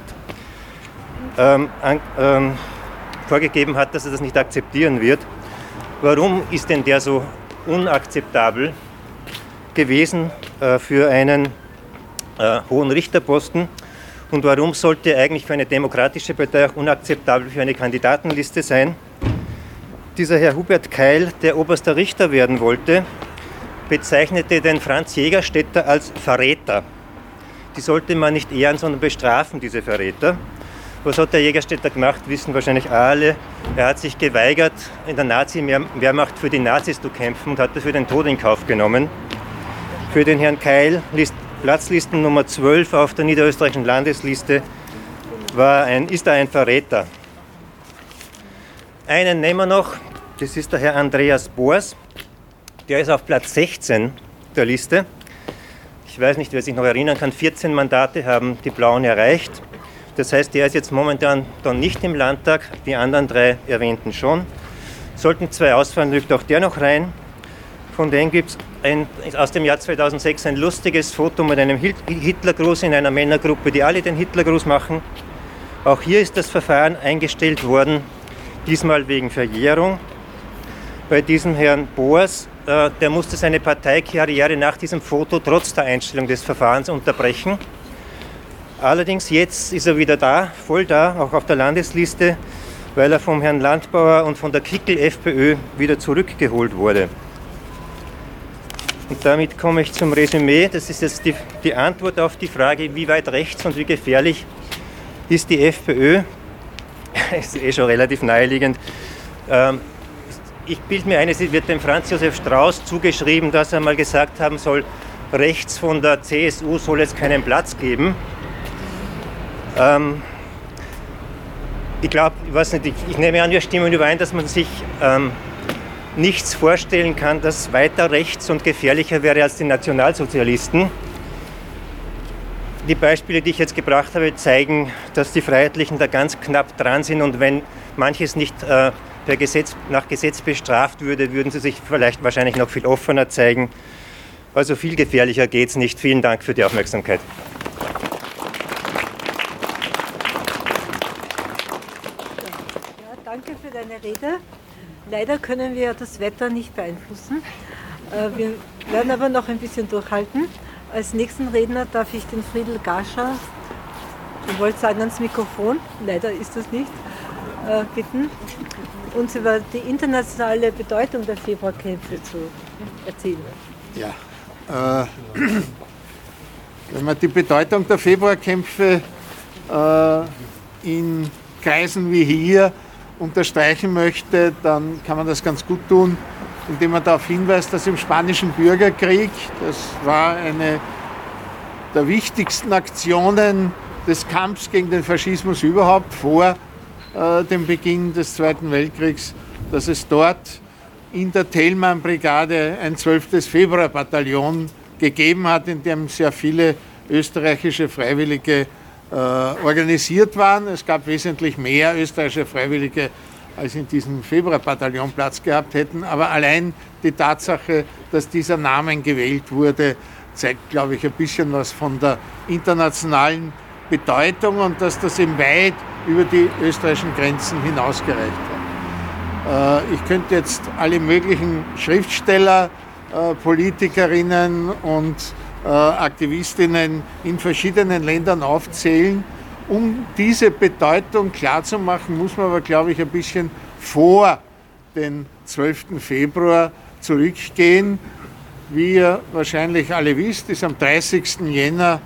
Speaker 11: vorgegeben hat, dass er das nicht akzeptieren wird. Warum ist denn der so unakzeptabel gewesen für einen hohen Richterposten? Und warum sollte er eigentlich für eine demokratische Partei auch unakzeptabel für eine Kandidatenliste sein? Dieser Herr Hubert Keil, der oberster Richter werden wollte, bezeichnete den Franz Jägerstätter als Verräter. Die sollte man nicht ehren, sondern bestrafen, diese Verräter. Was hat der Jägerstätter gemacht, wissen wahrscheinlich alle. Er hat sich geweigert, in der Nazi-Wehrmacht für die Nazis zu kämpfen und hat dafür den Tod in Kauf genommen. Für den Herrn Keil, Platzlisten Nummer 12 auf der niederösterreichischen Landesliste, ist er ein Verräter. Einen nehmen wir noch, das ist der Herr Andreas Boers. Der ist auf Platz 16 der Liste. Ich weiß nicht, wer sich noch erinnern kann, 14 Mandate haben die Blauen erreicht. Das heißt, der ist jetzt momentan dann nicht im Landtag, die anderen 3 erwähnten schon. Sollten 2 ausfallen, rückt auch der noch rein. Von dem gibt es aus dem Jahr 2006 ein lustiges Foto mit einem Hitlergruß in einer Männergruppe, die alle den Hitlergruß machen. Auch hier ist das Verfahren eingestellt worden, diesmal wegen Verjährung. Bei diesem Herrn Boers, der musste seine Parteikarriere nach diesem Foto trotz der Einstellung des Verfahrens unterbrechen. Allerdings jetzt ist er wieder da, voll da, auch auf der Landesliste, weil er vom Herrn Landbauer und von der Kickel-FPÖ wieder zurückgeholt wurde. Und damit komme ich zum Resümee. Das ist jetzt die Antwort auf die Frage, wie weit rechts und wie gefährlich ist die FPÖ. Ist schon relativ naheliegend. Ich bilde mir ein, es wird dem Franz Josef Strauß zugeschrieben, dass er mal gesagt haben soll, rechts von der CSU soll es keinen Platz geben. Ich glaube, ich nehme an, wir stimmen überein, dass man sich nichts vorstellen kann, das weiter rechts und gefährlicher wäre als die Nationalsozialisten. Die Beispiele, die ich jetzt gebracht habe, zeigen, dass die Freiheitlichen da ganz knapp dran sind und wenn manches nicht nach Gesetz bestraft würde, würden sie sich wahrscheinlich noch viel offener zeigen. Also viel gefährlicher geht es nicht. Vielen Dank für die Aufmerksamkeit.
Speaker 9: Ja, danke für deine Rede. Leider können wir das Wetter nicht beeinflussen. Wir werden aber noch ein bisschen durchhalten. Als nächsten Redner darf ich den Friedel Gascher, ich wollte sagen ans Mikrofon, leider ist das nicht, bitten, uns über die internationale Bedeutung der Februarkämpfe zu erzählen.
Speaker 12: Ja, wenn man die Bedeutung der Februarkämpfe in Kreisen wie hier unterstreichen möchte, dann kann man das ganz gut tun, indem man darauf hinweist, dass im Spanischen Bürgerkrieg, das war eine der wichtigsten Aktionen des Kampfs gegen den Faschismus überhaupt vor dem Beginn des Zweiten Weltkriegs, dass es dort in der Thälmann-Brigade ein 12. Februar-Bataillon gegeben hat, in dem sehr viele österreichische Freiwillige organisiert waren. Es gab wesentlich mehr österreichische Freiwillige, als in diesem Februar-Bataillon Platz gehabt hätten. Aber allein die Tatsache, dass dieser Name gewählt wurde, zeigt, glaube ich, ein bisschen was von der internationalen Bedeutung und dass das eben weit über die österreichischen Grenzen hinausgereicht hat. Ich könnte jetzt alle möglichen Schriftsteller, Politikerinnen und Aktivistinnen in verschiedenen Ländern aufzählen. Um diese Bedeutung klarzumachen, muss man aber, glaube ich, ein bisschen vor den 12. Februar zurückgehen. Wie ihr wahrscheinlich alle wisst, ist am 30. Jänner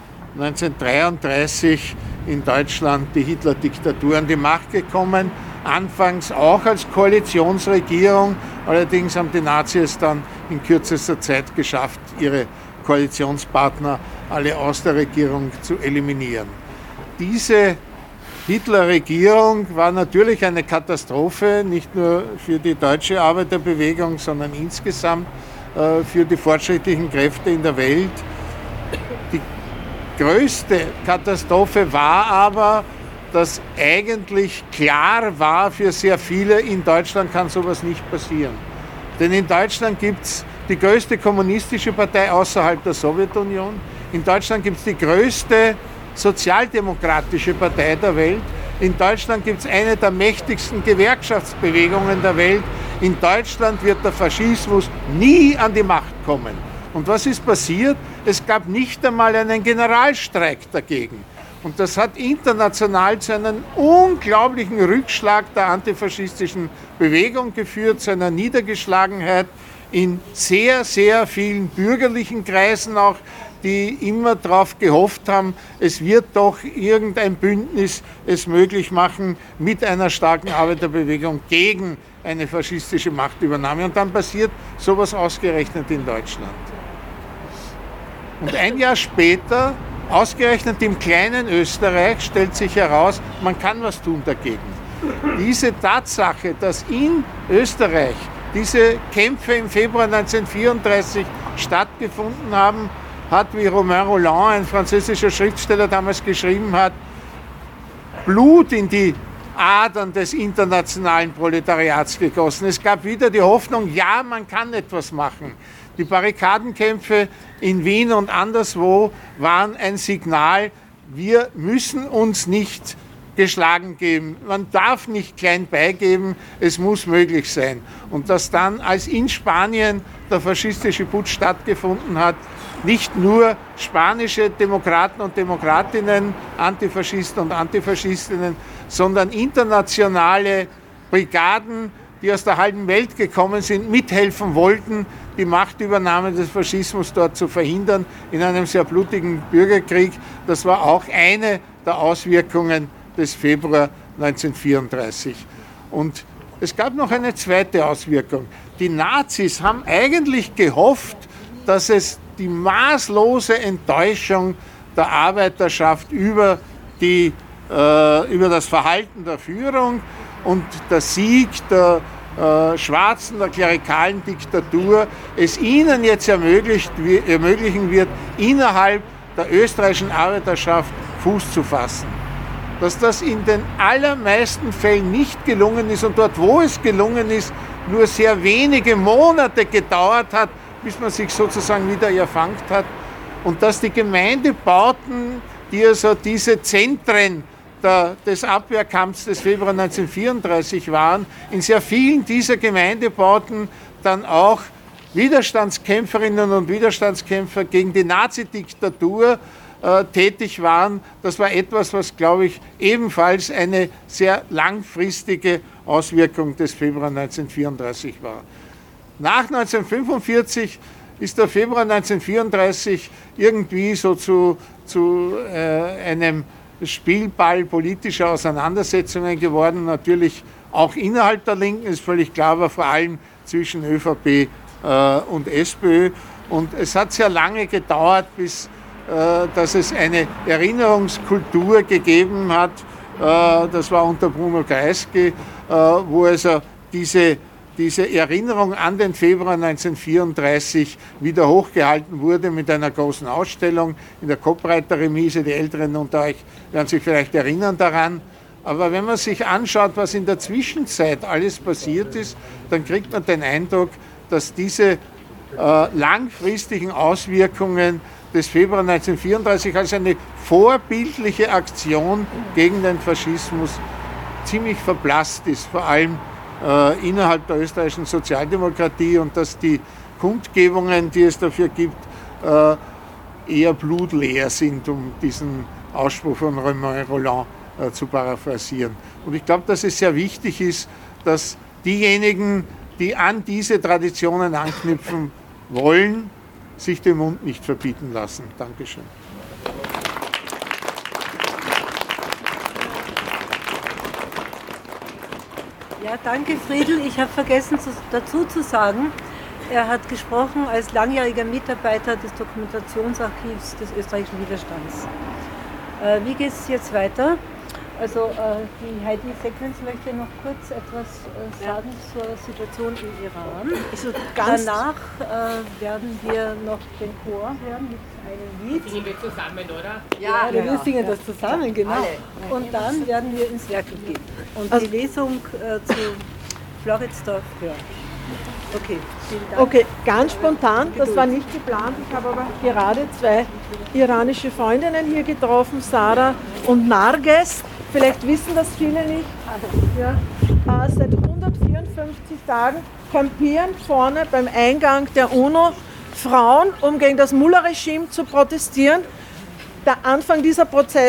Speaker 12: 1933 in Deutschland die Hitler-Diktatur an die Macht gekommen. Anfangs auch als Koalitionsregierung, allerdings haben die Nazis dann in kürzester Zeit geschafft, ihre Koalitionspartner alle aus der Regierung zu eliminieren. Diese Hitler-Regierung war natürlich eine Katastrophe, nicht nur für die deutsche Arbeiterbewegung, sondern insgesamt für die fortschrittlichen Kräfte in der Welt. Die größte Katastrophe war aber, dass eigentlich klar war für sehr viele, in Deutschland kann sowas nicht passieren. Denn in Deutschland gibt es die größte kommunistische Partei außerhalb der Sowjetunion. In Deutschland gibt es die größte sozialdemokratische Partei der Welt. In Deutschland gibt es eine der mächtigsten Gewerkschaftsbewegungen der Welt. In Deutschland wird der Faschismus nie an die Macht kommen. Und was ist passiert? Es gab nicht einmal einen Generalstreik dagegen. Und das hat international zu einem unglaublichen Rückschlag der antifaschistischen Bewegung geführt, zu einer Niedergeschlagenheit in sehr, sehr vielen bürgerlichen Kreisen auch, die immer darauf gehofft haben, es wird doch irgendein Bündnis es möglich machen mit einer starken Arbeiterbewegung gegen eine faschistische Machtübernahme. Und dann passiert sowas ausgerechnet in Deutschland. Und ein Jahr später, ausgerechnet im kleinen Österreich, stellt sich heraus, man kann was tun dagegen. Diese Tatsache, dass in Österreich diese Kämpfe im Februar 1934 stattgefunden haben, hat, wie Romain Rolland, ein französischer Schriftsteller, damals geschrieben hat, Blut in die Adern des internationalen Proletariats gegossen. Es gab wieder die Hoffnung, ja, man kann etwas machen. Die Barrikadenkämpfe in Wien und anderswo waren ein Signal, wir müssen uns nicht geschlagen geben. Man darf nicht klein beigeben, es muss möglich sein. Und dass dann, als in Spanien der faschistische Putsch stattgefunden hat, nicht nur spanische Demokraten und Demokratinnen, Antifaschisten und Antifaschistinnen, sondern internationale Brigaden, die aus der halben Welt gekommen sind, mithelfen wollten, die Machtübernahme des Faschismus dort zu verhindern, in einem sehr blutigen Bürgerkrieg. Das war auch eine der Auswirkungen des Februar 1934. Und es gab noch eine zweite Auswirkung. Die Nazis haben eigentlich gehofft, dass es die maßlose Enttäuschung der Arbeiterschaft über das Verhalten der Führung und der Sieg der schwarzen, der klerikalen Diktatur es ihnen jetzt ermöglichen wird, innerhalb der österreichischen Arbeiterschaft Fuß zu fassen. Dass das in den allermeisten Fällen nicht gelungen ist und dort, wo es gelungen ist, nur sehr wenige Monate gedauert hat, bis man sich sozusagen wieder erfangen hat. Und dass die Gemeindebauten, die also diese Zentren des Abwehrkampfs des Februar 1934 waren, in sehr vielen dieser Gemeindebauten dann auch Widerstandskämpferinnen und Widerstandskämpfer gegen die Nazi-Diktatur tätig waren. Das war etwas, was, glaube ich, ebenfalls eine sehr langfristige Auswirkung des Februar 1934 war. Nach 1945 ist der Februar 1934 irgendwie so zu einem Spielball politischer Auseinandersetzungen geworden, natürlich auch innerhalb der Linken, ist völlig klar, aber vor allem zwischen ÖVP und SPÖ. Und es hat sehr lange gedauert, bis dass es eine Erinnerungskultur gegeben hat, das war unter Bruno Kreisky, wo also diese Erinnerung an den Februar 1934 wieder hochgehalten wurde mit einer großen Ausstellung in der Koppreiter-Remise. Die Älteren unter euch werden sich vielleicht erinnern daran. Aber wenn man sich anschaut, was in der Zwischenzeit alles passiert ist, dann kriegt man den Eindruck, dass diese langfristigen Auswirkungen des Februar 1934 als eine vorbildliche Aktion gegen den Faschismus ziemlich verblasst ist, vor allem innerhalb der österreichischen Sozialdemokratie, und dass die Kundgebungen, die es dafür gibt, eher blutleer sind, um diesen Ausspruch von Romain Rolland zu paraphrasieren. Und ich glaube, dass es sehr wichtig ist, dass diejenigen, die an diese Traditionen anknüpfen wollen, sich den Mund nicht verbieten lassen. Dankeschön.
Speaker 9: Ja, danke Friedl. Ich habe vergessen dazu zu sagen, er hat gesprochen als langjähriger Mitarbeiter des Dokumentationsarchivs des österreichischen Widerstands. Wie geht es jetzt weiter? Also die Heidi Sequenz möchte noch kurz etwas sagen zur Situation im Iran.
Speaker 5: Also
Speaker 9: danach werden wir noch den Chor hören mit einem Lied.
Speaker 3: Singen wir zusammen, oder?
Speaker 9: Ja, wir singen das zusammen, genau. Und dann werden wir ins Werk gehen und die Lesung zu Floridsdorf hören. Okay, vielen Dank.
Speaker 5: Okay, ganz spontan, das war nicht geplant. Ich habe aber gerade zwei iranische Freundinnen hier getroffen, Sarah und Narges. Vielleicht wissen das viele nicht. Ja. Seit 154 Tagen campieren vorne beim Eingang der UNO Frauen, um gegen das Mullah-Regime zu protestieren. Der Anfang dieses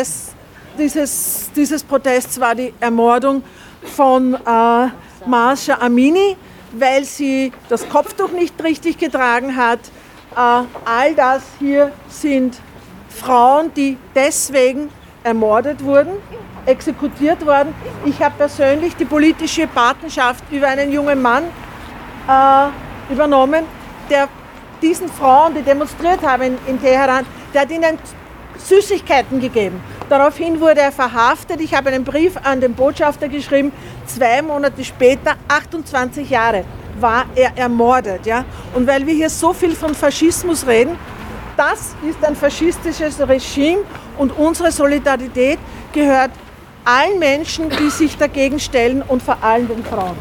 Speaker 5: Protests war die Ermordung von Mahsa Amini, weil sie das Kopftuch nicht richtig getragen hat. All das hier sind Frauen, die deswegen ermordet wurden, exekutiert worden. Ich habe persönlich die politische Patenschaft über einen jungen Mann übernommen, der diesen Frauen, die demonstriert haben in Teheran, der hat ihnen Süßigkeiten gegeben. Daraufhin wurde er verhaftet. Ich habe einen Brief an den Botschafter geschrieben. 2 Monate später, 28 Jahre, war er ermordet. Ja? Und weil wir hier so viel von Faschismus reden, das ist ein faschistisches Regime und unsere Solidarität gehört allen Menschen, die sich dagegen stellen und vor allem den Frauen.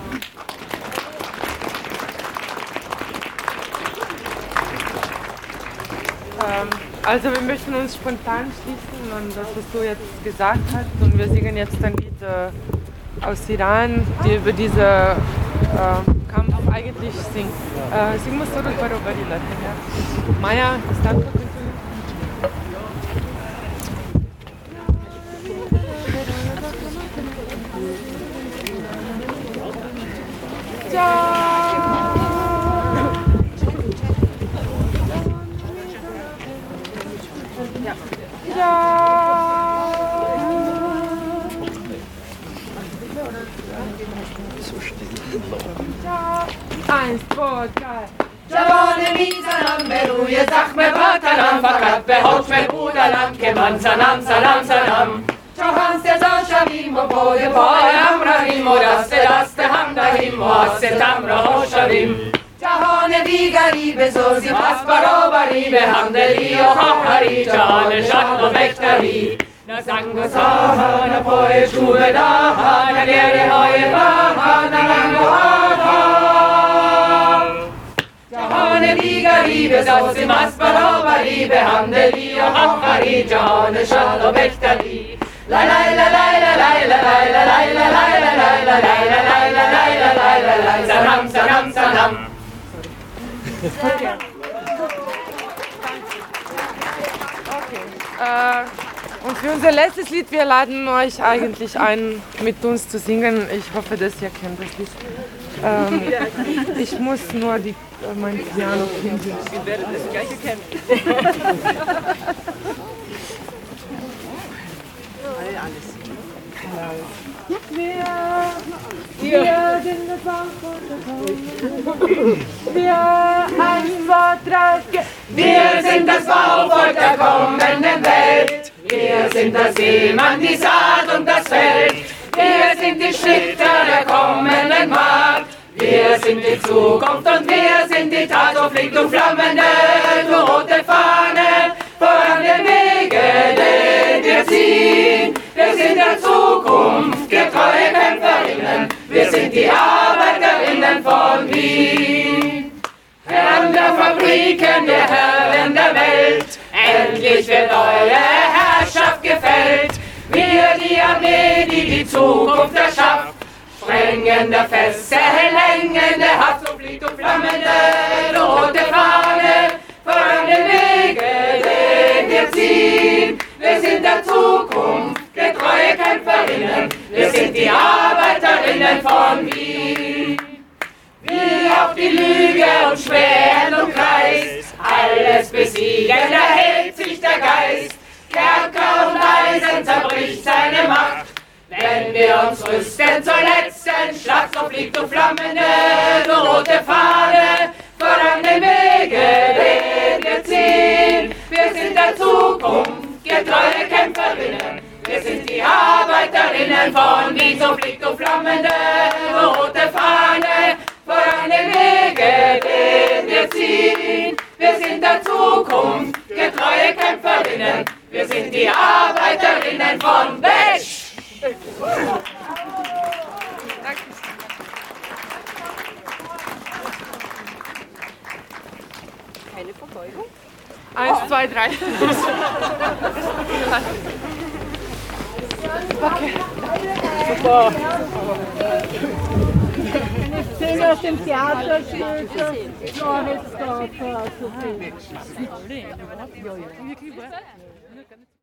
Speaker 13: Also wir möchten uns spontan schließen an das, was du jetzt gesagt hast, und wir singen jetzt ein Lied aus Iran, die über diesen Kampf eigentlich singt. Singmo solo para Barilata. Maya, está con Eins, zwei, drei.
Speaker 2: جوان میزنم به روی زخم وطنم، فقط به حکم بودنم که من زنم زنم زنم. چوهان سزا شویم و پای هم رویم و دست دست هم دهیم و از ستم رها شویم. جهان دیگری بسازیم از برابری به همدلی و خواهری، جهان شهر و بهتری. نه زنگ و ساها، نه پای چوب داها، نه گره های باها، نه رنگ و آها. جهان دیگری بسازیم از برابری به همدلی و خواهری، جهان شهر و بهتری. La la la la la la la la la la la la la la la la la la la. Sanam sanam sanam.
Speaker 13: Und für unser letztes Lied, wir laden euch eigentlich ein, mit uns zu singen. Ich hoffe, dass ihr kennt das Lied. Ich muss nur mein Piano finden.
Speaker 2: Wir werden das gleiche kennen.
Speaker 13: Wir sind das
Speaker 2: Wir sind das Bauvolk der kommenden Welt. Wir sind das Seemann, die Saat und das Feld. Wir sind die Schnitter der kommenden Markt. Wir sind die Zukunft und wir sind die Tat, so fliegt und flammende, du rote Fahne, voran den Wege, den wir ziehen. Wir sind der Zukunft, getreue Kämpferinnen, wir sind die Arbeiterinnen von Wien. Herren der Fabriken, der Herren der Welt, endlich wird eure Herrschaft gefällt. Wir die Armee, die Zukunft erschafft, sprengende Fässer, hängende Hass und fliegt und flammende rote Fahne, voran den Wege, den wir ziehen. Wir sind der Zukunft, getreue Kämpferinnen, wir sind die Arbeiterinnen von Wien. du flammende, du rote Fahne, voran den Wege, den wir ziehen. Wir sind der Zukunft, getreue Kämpferinnen. Wir sind die Arbeiterinnen von Wien, so fliegt du flammende, du rote Fahne, voran den Wege, den wir ziehen. Wir sind der Zukunft, getreue Kämpferinnen. Wir sind die Arbeiterinnen von Wesch.
Speaker 3: Keine Verbeugung?
Speaker 13: 1, 2, 3.
Speaker 1: Okay. Super. Eine Szene aus dem Theaterstück Florence Dorfer.